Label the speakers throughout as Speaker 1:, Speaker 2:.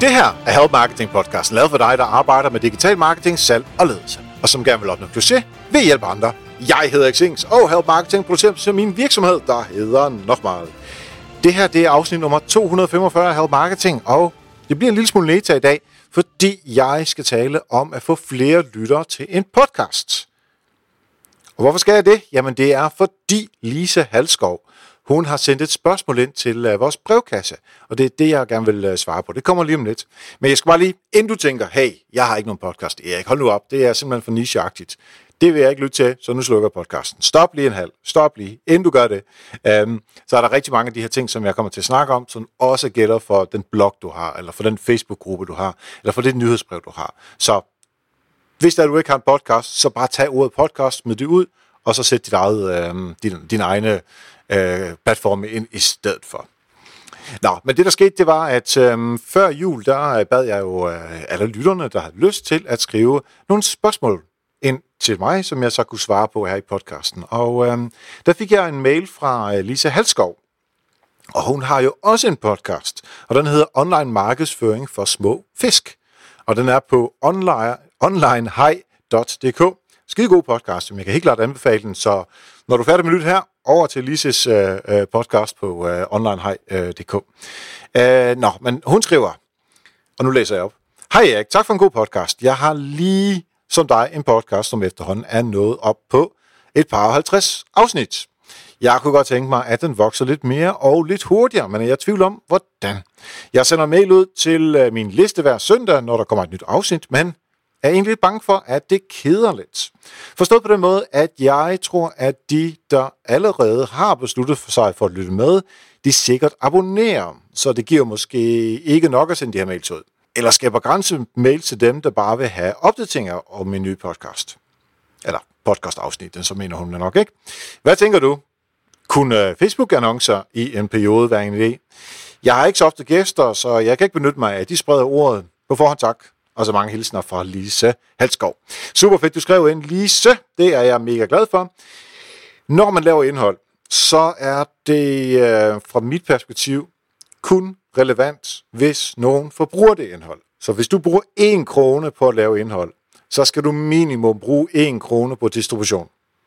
Speaker 1: Det her er Help Marketing podcasten, lavet for dig, der arbejder med digital marketing, salg og ledelse, og som gerne vil opnå succes ved at hjælpe andre. Jeg hedder Xings, og Help Marketing producerer til min virksomhed, der hedder nok meget. Det her det er afsnit nummer 245 af Help Marketing, og det bliver en lille smule meta i dag, fordi jeg skal tale om at få flere lyttere til en podcast. Og hvorfor skal jeg det? Jamen det er fordi Lise Halskov, hun har sendt et spørgsmål ind til vores brevkasse, og det er det, jeg gerne vil svare på. Det kommer lige om lidt. Men jeg skal bare lige, inden du tænker, hey, jeg har ikke nogen podcast. Erik, hold nu op, det er simpelthen for nicheagtigt. Det vil jeg ikke lytte til, så nu slukker jeg podcasten. Stop lige en halv. Stop lige, inden du gør det. Så er der rigtig mange af de her ting, som jeg kommer til at snakke om, som også gælder for den blog, du har, eller for den Facebook-gruppe, du har, eller for det nyhedsbrev, du har. Så hvis du ikke har en podcast, så bare tag ordet podcast, smid det ud, og så sæt din egne platforme ind i stedet for. Nå, men det der skete, det var, at før jul, der bad jeg jo alle lytterne, der havde lyst til at skrive nogle spørgsmål ind til mig, som jeg så kunne svare på her i podcasten. Og der fik jeg en mail fra Lise Halskov, og hun har jo også en podcast, og den hedder Online Markedsføring for Små Fisk. Og den er på onlinehej.dk. Skide god podcast, som jeg kan helt klart anbefale den, så når du er færdig med lyt her, over til Lises podcast på onlinehej.dk. Men hun skriver, og nu læser jeg op. Hej Erik, tak for en god podcast. Jeg har lige som dig en podcast, som efterhånden er nået op på et par 50 afsnit. Jeg kunne godt tænke mig, at den vokser lidt mere og lidt hurtigere, men jeg er i tvivl om, hvordan. Jeg sender mail ud til min liste hver søndag, når der kommer et nyt afsnit, men er egentlig lidt bange for, at det keder lidt. Forstået på den måde, at jeg tror, at de, der allerede har besluttet for sig for at lytte med, de sikkert abonnerer, så det giver måske ikke nok at sende de her mails ud. Eller skal jeg begrænse mail til dem, der bare vil have opdateringer om min nye podcast. Eller podcast-afsnit, så mener hun nok ikke. Hvad tænker du? Kunne Facebook-annoncer i en periode være en idé? Jeg har ikke så ofte gæster, så jeg kan ikke benytte mig af de spreder ordet. På forhånd tak. Og så mange hilsner fra Lise Halskov. Super fedt, du skrev ind, Lise. Det er jeg mega glad for. Når man laver indhold, så er det fra mit perspektiv kun relevant, hvis nogen forbruger det indhold. Så hvis du bruger 1 krone på at lave indhold, så skal du minimum bruge 1 krone på distribution.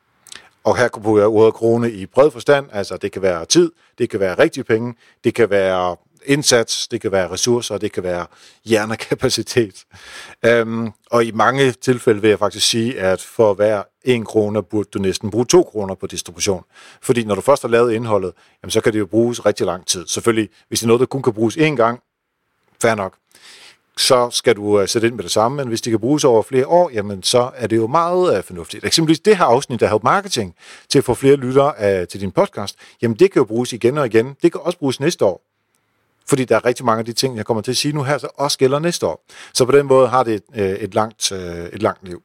Speaker 1: Og her bruger jeg ordet krone i bred forstand, altså det kan være tid, det kan være rigtige penge, det kan være indsats, det kan være ressourcer, det kan være hjernekapacitet. Og i mange tilfælde vil jeg faktisk sige, at for hver 1 krone burde du næsten bruge 2 kroner på distribution. Fordi når du først har lavet indholdet, jamen, så kan det jo bruges rigtig lang tid. Selvfølgelig, hvis det er noget, der kun kan bruges 1 gang, fair nok, så skal du sætte ind med det samme, men hvis det kan bruges over flere år, jamen så er det jo meget fornuftigt. Eksempelvis det her afsnit af Help Marketing til at få flere lyttere til din podcast, jamen det kan jo bruges igen og igen. Det kan også bruges næste år. Fordi der er rigtig mange af de ting, jeg kommer til at sige nu her, så også gælder næste år. Så på den måde har det et langt liv.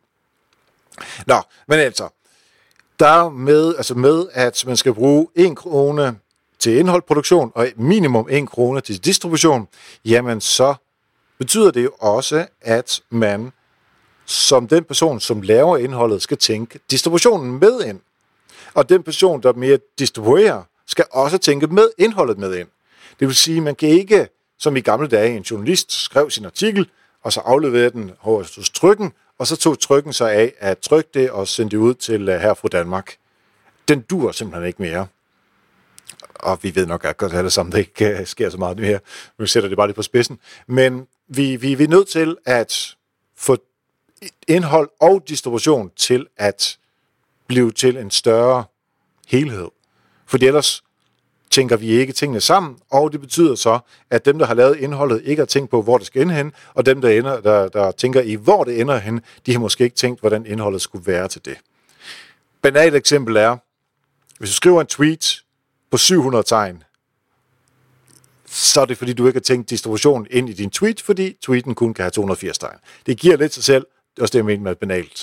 Speaker 1: Nå, men altså, der med at man skal bruge 1 krone til indholdsproduktion og minimum 1 krone til distribution, jamen så betyder det jo også, at man som den person, som laver indholdet, skal tænke distributionen med ind. Og den person, der mere distribuerer, skal også tænke med indholdet med ind. Det vil sige, at man kan ikke, som i gamle dage, en journalist skrev sin artikel, og så afleverede den hos trykken, og så tog trykken sig af at trykke det og sende det ud til her fra Danmark. Den dur simpelthen ikke mere. Og vi ved nok godt alle sammen, det ikke sker så meget nu her. Nu sætter det bare lidt på spidsen. Men vi er nødt til at få indhold og distribution til at blive til en større helhed. Fordi ellers tænker vi ikke tingene sammen, og det betyder så, at dem, der har lavet indholdet, ikke har tænkt på, hvor det skal ende hen, og dem, der tænker i, hvor det ender hen, de har måske ikke tænkt, hvordan indholdet skulle være til det. Banalt eksempel er, hvis du skriver en tweet på 700 tegn, så er det fordi, du ikke har tænkt distribution ind i din tweet, fordi tweeten kun kan have 280 tegn. Det giver lidt sig selv, også det jeg mener med et banalt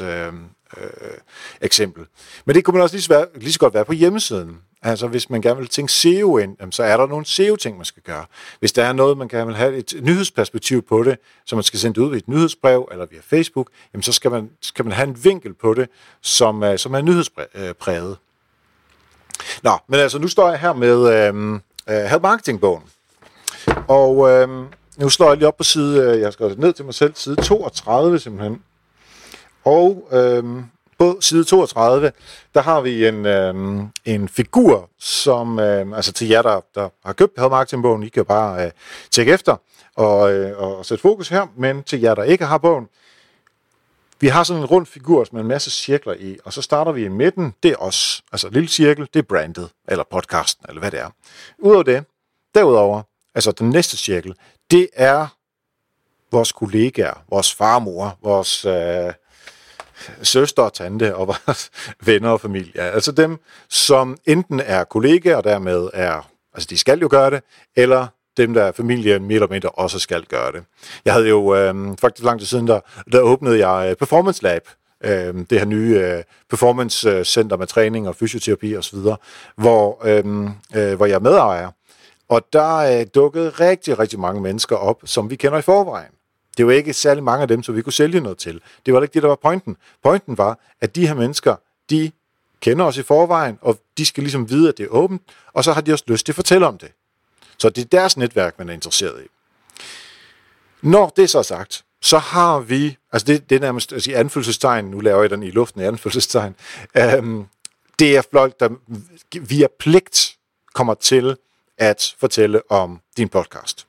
Speaker 1: eksempel. Men det kunne man også lige så godt være på hjemmesiden. Altså hvis man gerne vil tænke SEO ind, så er der nogle SEO-ting, man skal gøre. Hvis der er noget, man gerne vil have et nyhedsperspektiv på det, så man skal sende det ud i et nyhedsbrev eller via Facebook, jamen så skal man have en vinkel på det, som er nyhedspræget. Nå, men altså nu står jeg her med Help Marketing-bogen. Og nu slår jeg lige op på side, jeg skal ned til mig selv, side 32 simpelthen. Og på side 32, der har vi en figur, som, altså til jer, der har købt Help Marketing-bogen, I kan bare tjekke efter og sætte fokus her, men til jer, der ikke har bogen, vi har sådan en rund figur med en masse cirkler i, og så starter vi i midten, det er os, altså en lille cirkel, det er brandet, eller podcasten, eller hvad det er. Udover det, derudover, altså den næste cirkel, det er vores kollegaer, vores farmor, vores søster og tante og vores venner og familie. Altså dem, som enten er kollegaer og dermed er, altså de skal jo gøre det, eller dem, der er familien mere eller mindre også skal gøre det. Jeg havde jo faktisk lang tid siden, der åbnede jeg Performance Lab, det her nye performance center med træning og fysioterapi osv., hvor jeg er medejer. Og der dukkede rigtig, rigtig mange mennesker op, som vi kender i forvejen. Det var ikke særlig mange af dem, som vi kunne sælge noget til. Det var ikke det, der var pointen. Pointen var, at de her mennesker, de kender os i forvejen, og de skal ligesom vide, at det er åbent, og så har de også lyst til at fortælle om det. Så det er deres netværk, man er interesseret i. Når det er så sagt, så har vi, altså det er nærmest, altså i anfølgelsestegn, nu laver jeg den i luften i anfølgelsestegn, det er folk, der via pligt kommer til at fortælle om din podcast.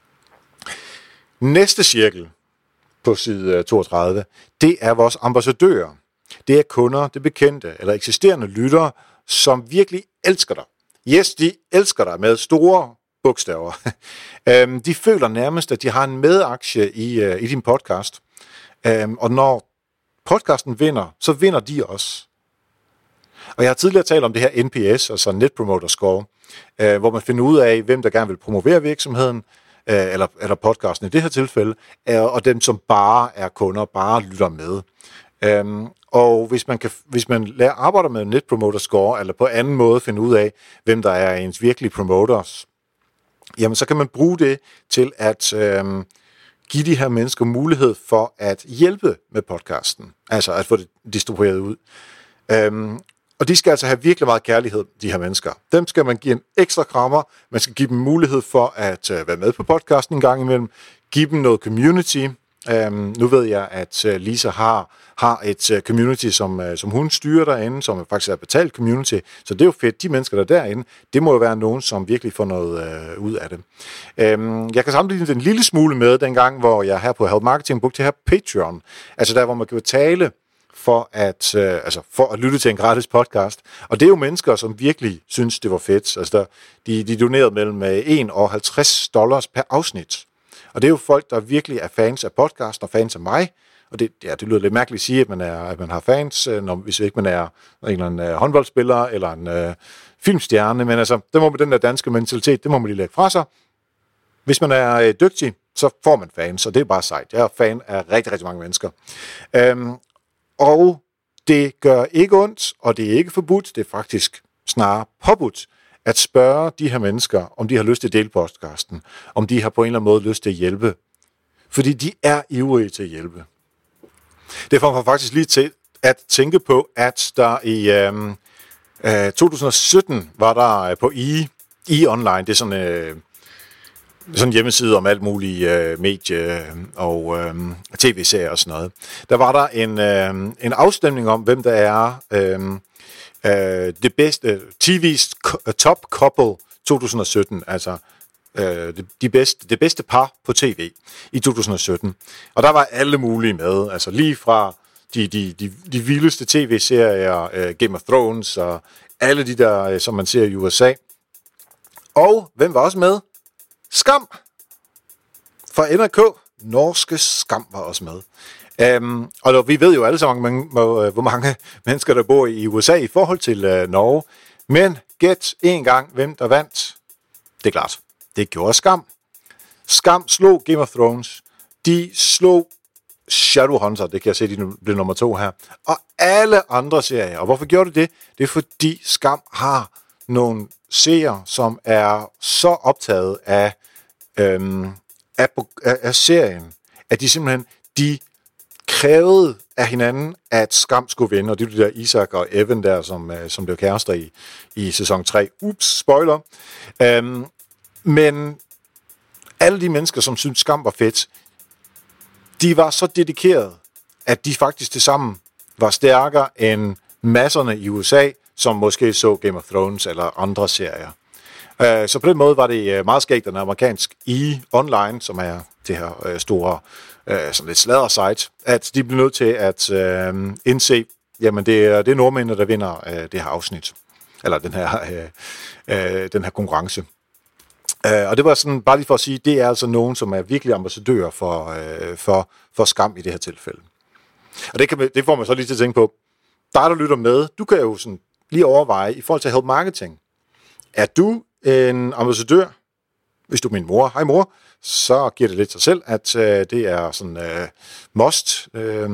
Speaker 1: Næste cirkel på side 32, det er vores ambassadører. Det er kunder, det er bekendte eller eksisterende lyttere, som virkelig elsker dig. Yes, de elsker dig med store bogstaver. De føler nærmest, at de har en medaktie i din podcast. Og når podcasten vinder, så vinder de også. Og jeg har tidligere talt om det her NPS, altså Net Promoter Score, hvor man finder ud af, hvem der gerne vil promovere virksomheden, eller podcasten i det her tilfælde, og dem, som bare er kunder, bare lytter med. Og hvis man arbejder med Net Promoter Score, eller på anden måde finde ud af, hvem der er ens virkelige promoters, jamen så kan man bruge det til at give de her mennesker mulighed for at hjælpe med podcasten, altså at få det distribueret ud. Og de skal altså have virkelig meget kærlighed, de her mennesker. Dem skal man give en ekstra krammer, man skal give dem mulighed for at være med på podcasten en gang imellem, give dem noget community. Nu ved jeg, at Lisa har et community, som hun styrer derinde, som faktisk er betalt community, så det er jo fedt. De mennesker, der er derinde, det må jo være nogen, som virkelig får noget ud af det. Jeg kan sammenligne den en lille smule med dengang, hvor jeg her på Help Marketing brugte det her Patreon, altså der, hvor man kan betale for at lytte til en gratis podcast. Og det er jo mennesker, som virkelig synes, det var fedt. Altså de donerede mellem $1 og $50 per afsnit. Og det er jo folk, der virkelig er fans af podcasten og fans af mig. Og det lyder lidt mærkeligt at sige, at man har fans, hvis ikke man er en eller anden håndboldspiller eller en filmstjerne. Men altså, det må med den der danske mentalitet, det må man lige lægge fra sig. Hvis man er dygtig, så får man fans, og det er bare sejt. Jeg er fan af rigtig, rigtig mange mennesker. Og det gør ikke ondt, og det er ikke forbudt, det er faktisk snarere påbudt at spørge de her mennesker, om de har lyst til at dele podcasten, om de har på en eller anden måde lyst til at hjælpe. Fordi de er ivrige til at hjælpe. Det får mig faktisk lige til at tænke på, at der i 2017 var der på e-online, det er sådan en hjemmeside om alt muligt medie og tv-serier og sådan noget. Der var der en afstemning om, hvem der er det bedste TV's Top Couple 2017, altså det bedste par på tv i 2017. Og der var alle mulige med, altså lige fra de vildeste tv-serier, Game of Thrones og alle de der, som man ser i USA. Og hvem var også med? Skam fra NRK. Norske Skam var også med. Og vi ved jo alle sammen, hvor mange mennesker, der bor i USA i forhold til Norge. Men gæt en gang, hvem der vandt. Det er klart. Det gjorde Skam. Skam slog Game of Thrones. De slog Shadowhunter. Det kan jeg se, de blev nummer 2 her. Og alle andre serier. Og hvorfor gjorde de det? Det er fordi Skam har nogle seere, som er så optaget af serien, at de simpelthen krævede af hinanden, at Skam skulle vinde, og det er de der Isak og Evan der, som blev kærester i sæson 3. Ups, spoiler. Men alle de mennesker, som syntes Skam var fedt, de var så dedikerede, at de faktisk tilsammen var stærkere end masserne i USA, som måske så Game of Thrones eller andre serier. Så på den måde var det meget skægt, at amerikansk online, som er det her store sådan lidt sladder-site, at de blev nødt til at indse, jamen det er nordmændene, der vinder det her afsnit, eller den her konkurrence. Og det var sådan, bare lige for at sige, det er altså nogen, som er virkelig ambassadører for Skam i det her tilfælde. Og det får man så lige til at tænke på. Der lytter med, du kan jo sådan lige overveje, i forhold til Help Marketing, er du en ambassadør? Hvis du er min mor, hej mor, så giver det lidt sig selv, at det er sådan must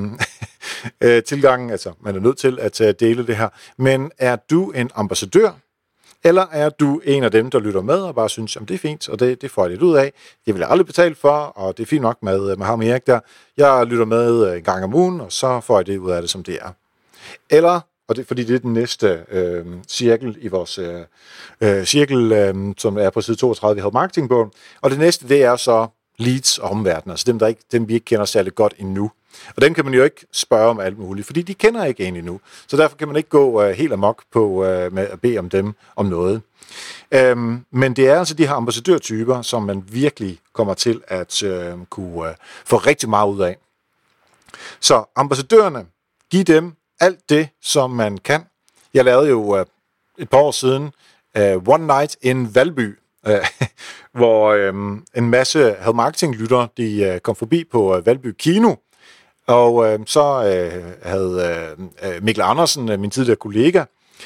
Speaker 1: tilgang, altså man er nødt til at dele det her. Men er du en ambassadør, eller er du en af dem, der lytter med og bare synes, at det er fint, og det får jeg lidt ud af. Det vil jeg aldrig betale for, og det er fint nok med ham og Erik der. Jeg lytter med en gang om ugen, og så får jeg det ud af det, som det er. Eller, og det fordi det er den næste cirkel i vores cirkel, som er på side 32 i Help Marketing-bogen. Og det næste, det er så leads og omverdenen, altså dem vi ikke kender særlig godt endnu. Og dem kan man jo ikke spørge om alt muligt, fordi de kender ikke en endnu. Så derfor kan man ikke gå helt amok på med at bede om dem om noget. Men det er altså de her ambassadørtyper, som man virkelig kommer til at kunne få rigtig meget ud af. Så ambassadørerne, giv dem alt det, som man kan. Jeg lavede jo et par år siden One Night in Valby, hvor en masse Help Marketing-lyttere, de kom forbi på Valby Kino, og så havde Mikkel Andersen, min tidligere kollega,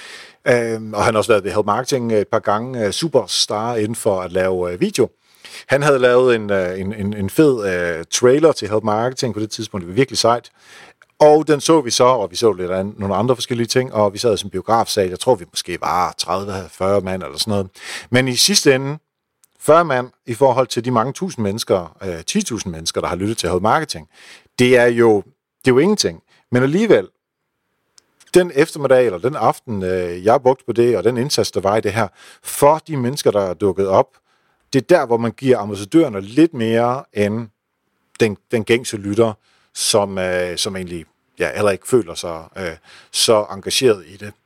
Speaker 1: og han har også været ved Help Marketing et par gange, superstar inden for at lave video. Han havde lavet en fed trailer til Help Marketing på det tidspunkt, det var virkelig sejt. Og den så vi så, og vi så lidt af nogle andre forskellige ting, og vi sad som biografsal. Jeg tror, vi måske var 30-40 mand eller sådan noget. Men i sidste ende, 40 mand i forhold til de mange tusind mennesker, 10.000 mennesker, der har lyttet til Help Marketing, det er jo ingenting. Men alligevel, den eftermiddag eller den aften, jeg brugte på det, og den indsats, der var i det her, for de mennesker, der er dukket op, det er der, hvor man giver ambassadørerne lidt mere end den gængse lytter, som egentlig heller ikke føler sig så engageret i det.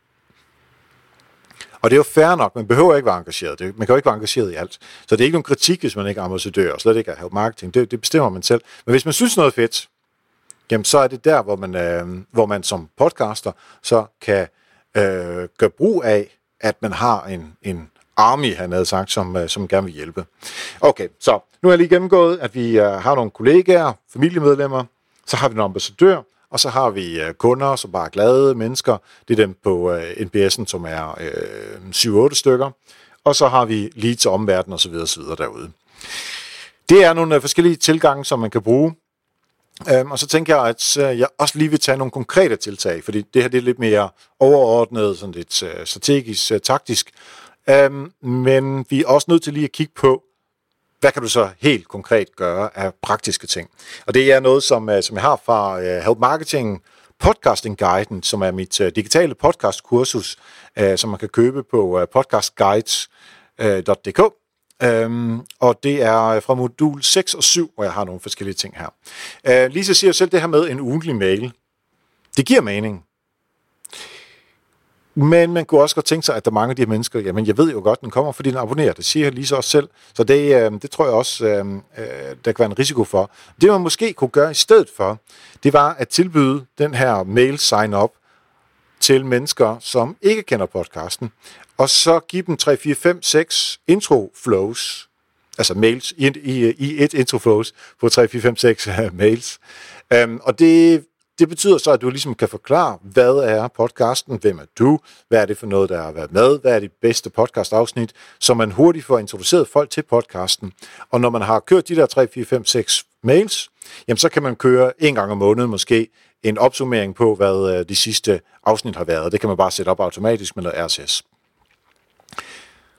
Speaker 1: Og det er jo fair nok, man behøver ikke være engageret. Man kan jo ikke være engageret i alt. Så det er ikke nogen kritik, hvis man ikke er ambassadør, og slet ikke er Help Marketing. Det bestemmer man selv. Men hvis man synes noget er fedt, jamen så er det der, hvor man som podcaster så kan gøre brug af, at man har en army, han havde sagt, som gerne vil hjælpe. Okay, så nu er jeg lige gennemgået, at vi har nogle kollegaer, familiemedlemmer, så har vi nogle ambassadør, og så har vi kunder, som bare er glade mennesker. Det er dem på NPS'en, som er 7-8 stykker. Og så har vi leads og omverden osv. derude. Det er nogle forskellige tilgange, som man kan bruge. Og så tænker jeg, at jeg også lige vil tage nogle konkrete tiltag, fordi det her det er lidt mere overordnet, sådan lidt strategisk, taktisk. Men vi er også nødt til lige at kigge på, hvad kan du så helt konkret gøre af praktiske ting? Og det er noget, som jeg har fra Help Marketing Podcasting Guiden, som er mit digitale podcastkursus, som man kan købe på podcastguides.dk. Og det er fra modul 6 og 7, hvor jeg har nogle forskellige ting her. Lisa siger selv det her med en ugentlig mail. Det giver mening. Men man kunne også godt tænke sig, at der er mange af de her mennesker, jamen jeg ved jo godt, den kommer, fordi den abonnerer. Det siger Lisa også selv. Så det tror jeg også, der kan være en risiko for. Det man måske kunne gøre i stedet for, det var at tilbyde den her mail sign-up til mennesker, som ikke kender podcasten, og så give dem 3, 4, 5, 6 intro flows, altså mails i et intro flows på 3, 4, 5, 6 mails. Og det betyder så, at du ligesom kan forklare, hvad er podcasten, hvem er du, hvad er det for noget, der har været med, hvad er det bedste podcastafsnit, så man hurtigt får introduceret folk til podcasten. Og når man har kørt de der 3, 4, 5, 6 mails, jamen så kan man køre en gang om måneden måske en opsummering på, hvad de sidste afsnit har været. Det kan man bare sætte op automatisk med noget RSS.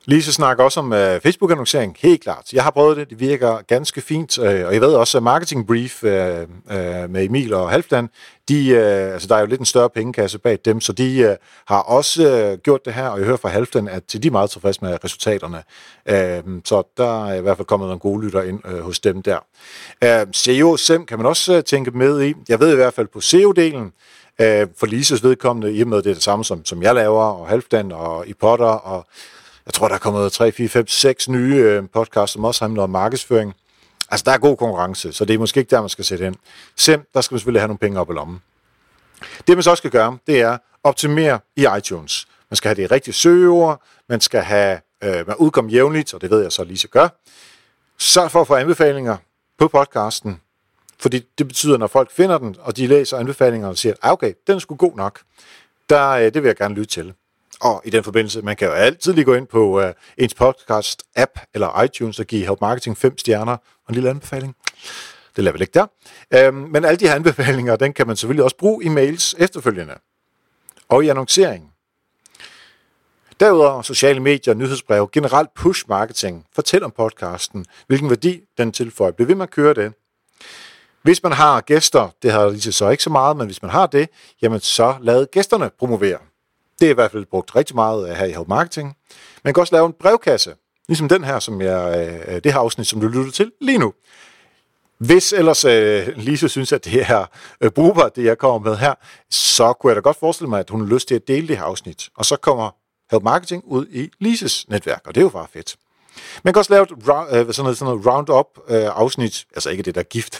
Speaker 1: Lise snakker også om Facebook-annoncering, helt klart. Jeg har prøvet det, det virker ganske fint, og jeg ved også, at Marketing Brief med Emil og Halfdan, altså der er jo lidt en større pengekasse bag dem, så de har også gjort det her, og jeg hører fra Halfdan, at de er meget tilfredse med resultaterne. Så der er i hvert fald kommet nogle gode lytter ind hos dem der. SEO SEM kan man også tænke med i. Jeg ved i hvert fald på SEO-delen, for Lises vedkommende, i og med det er det samme, som jeg laver, og Halfdan og iPodder, og jeg tror, der er kommet 3, 4, 5, 6 nye podcasts, som også handler om markedsføring. Altså, der er god konkurrence, så det er måske ikke der, man skal sætte ind. SEM, der skal man selvfølgelig have nogle penge op i lommen. Det, man så skal gøre, det er optimere i iTunes. Man skal have de rigtige søgeord, man skal have, man udkommer jævnligt, og det ved jeg så, Lise gør. Sørg for at få anbefalinger på podcasten, fordi det betyder, når folk finder den, og de læser anbefalingerne og siger, okay, den er sgu god nok. Det vil jeg gerne lytte til. Og i den forbindelse, man kan jo altid lige gå ind på ens podcast-app eller iTunes og give Help Marketing 5 stjerner og en lille anbefaling. Det lader vi ligge der. Men alle de her anbefalinger, den kan man selvfølgelig også bruge i mails efterfølgende. Og i annoncering. Derudover sociale medier, nyhedsbreve, generelt push-marketing. Fortæl om podcasten, hvilken værdi den tilføjer. Bliv ved med at køre det. Hvis man har gæster, det har Lise så ikke så meget, men hvis man har det, jamen så lad gæsterne promovere. Det er i hvert fald brugt rigtig meget her i Help Marketing. Man kan også lave en brevkasse, ligesom den her, det her afsnit, som du lytter til lige nu. Hvis ellers Lise synes, at det er brugbart, det jeg kommer med her, så kunne jeg da godt forestille mig, at hun har lyst til at dele det her afsnit. Og så kommer Help Marketing ud i Lises netværk, og det er jo bare fedt. Man kan også lave sådan noget round-up-afsnit, altså ikke det der gift,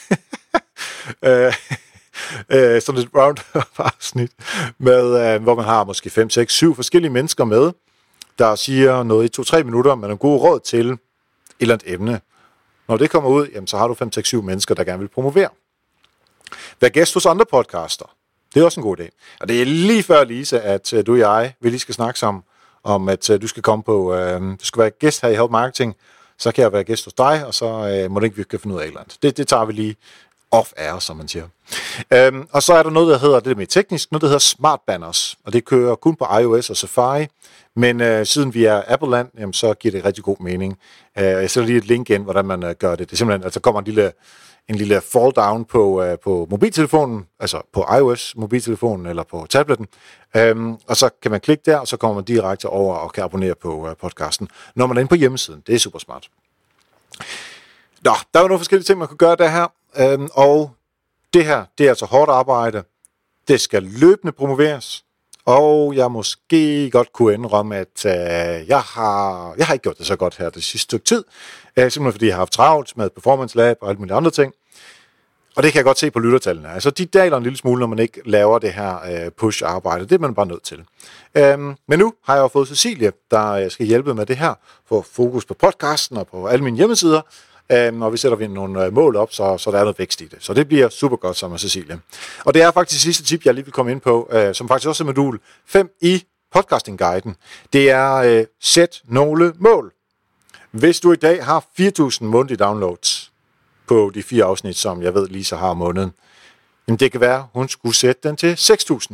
Speaker 1: sådan et round-up-afsnit, med, hvor man har måske 5, 6, 7 forskellige mennesker med, der siger noget i 2-3 minutter med nogle gode råd til et eller andet emne. Når det kommer ud, jamen, så har du 5, 6, 7 mennesker, der gerne vil promovere. Vær gæst hos andre podcaster. Det er også en god idé. Og det er lige før, Lise, at du og jeg, vi lige skal snakke sammen om, at du skal komme på, du skal være gæst her i Help Marketing, så kan jeg være gæst hos dig, og så må det ikke, vi kan finde ud af et eller andet. Det tager vi lige off-air, som man siger. Og så er der noget, der hedder, det er mere teknisk, noget, der hedder Smart Banners, og det kører kun på iOS og Safari, men siden vi er Apple-land, jamen, så giver det rigtig god mening. Jeg sætter lige et link ind, hvordan man gør det. Det er simpelthen, altså kommer en lille fall down på mobiltelefonen, altså på iOS-mobiltelefonen eller på tabletten, og så kan man klikke der, og så kommer man direkte over og kan abonnere på podcasten, når man er inde på hjemmesiden. Det er super smart. Nå, der er jo nogle forskellige ting, man kan gøre der her, og det her, det er altså hårdt arbejde. Det skal løbende promoveres, og jeg måske godt kunne indrømme, at jeg har ikke gjort det så godt her det sidste stykke tid, simpelthen fordi jeg har haft travlt med Performance Lab og alle mulige andre ting. Og det kan jeg godt se på lyttertallene. Altså, de daler en lille smule, når man ikke laver det her push-arbejde. Det er man bare nødt til. Men nu har jeg jo fået Cecilie, der skal hjælpe med det her, få fokus på podcasten og på alle mine hjemmesider, når vi sætter nogle mål op, så der er noget vækst i det. Så det bliver super godt sammen med Cecilie. Og det er faktisk sidste tip, jeg lige vil komme ind på, som faktisk også er modul 5 i podcasting-guiden. Det er sæt nogle mål. Hvis du i dag har 4.000 månedlige downloads på de 4 afsnit, som jeg ved Lisa har om måneden, jamen det kan være, hun skulle sætte den til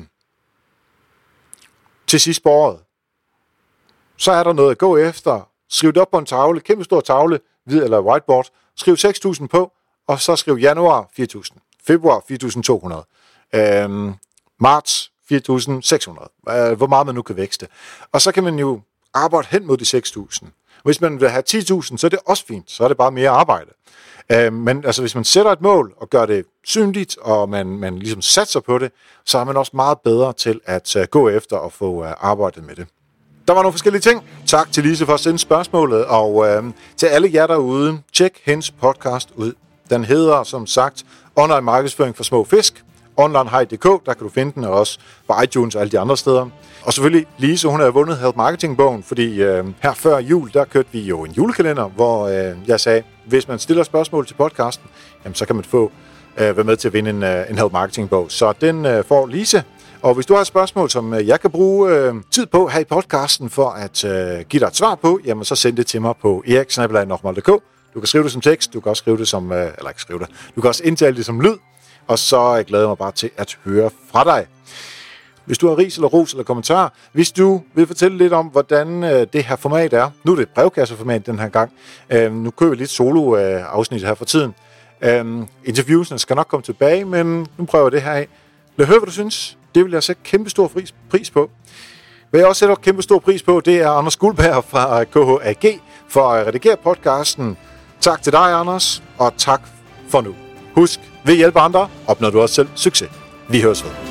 Speaker 1: 6.000 til sidst på året. Så er der noget at gå efter. Skriv det op på en tavle, kæmpe stor tavle, hvid eller whiteboard. Skriv 6.000 på, og så skriv januar 4.000, februar 4.200, marts 4.600, hvor meget man nu kan vækste. Og så kan man jo arbejde hen mod de 6.000. Hvis man vil have 10.000, så er det også fint, så er det bare mere arbejde. Men altså, hvis man sætter et mål og gør det synligt, og man ligesom satser på det, så er man også meget bedre til at gå efter og få arbejdet med det. Der var nogle forskellige ting. Tak til Lise for at sende spørgsmålet, og til alle jer derude, tjek hendes podcast ud. Den hedder, som sagt, Online Markedsføring for Små Fisk. Onlinehigh.dk, der kan du finde den, og også på iTunes og alle de andre steder. Og selvfølgelig, Lise, hun har vundet Help Marketing-bogen, fordi her før jul, der kørte vi jo en julekalender, hvor jeg sagde, hvis man stiller spørgsmål til podcasten, jamen, så kan man få være med til at vinde en Help Marketing-bog. Så den får Lise. Og hvis du har et spørgsmål, som jeg kan bruge tid på her i podcasten for at give dig et svar på, jamen så send det til mig på erik@nokmal.dk. Du kan skrive det som tekst, du kan også skrive det som, eller ikke skrive det, du kan også indtale det som lyd, og så glæder jeg mig bare til at høre fra dig. hvis du har ris eller ros eller kommentar, hvis du vil fortælle lidt om, hvordan det her format er. Nu er det et brevkasseformat den her gang. Nu kører vi lidt solo-afsnit her for tiden. Interviewsene skal nok komme tilbage, men nu prøver jeg det her af. Lad høre, hvad du synes. Det vil jeg sætte kæmpe stor pris på. Hvad jeg også sætter kæmpe stor pris på, det er Anders Guldberg fra KHAG for at redigere podcasten. Tak til dig, Anders, og tak for nu. Husk, ved at hjælpe andre, opnår du også selv succes. Vi høres ved.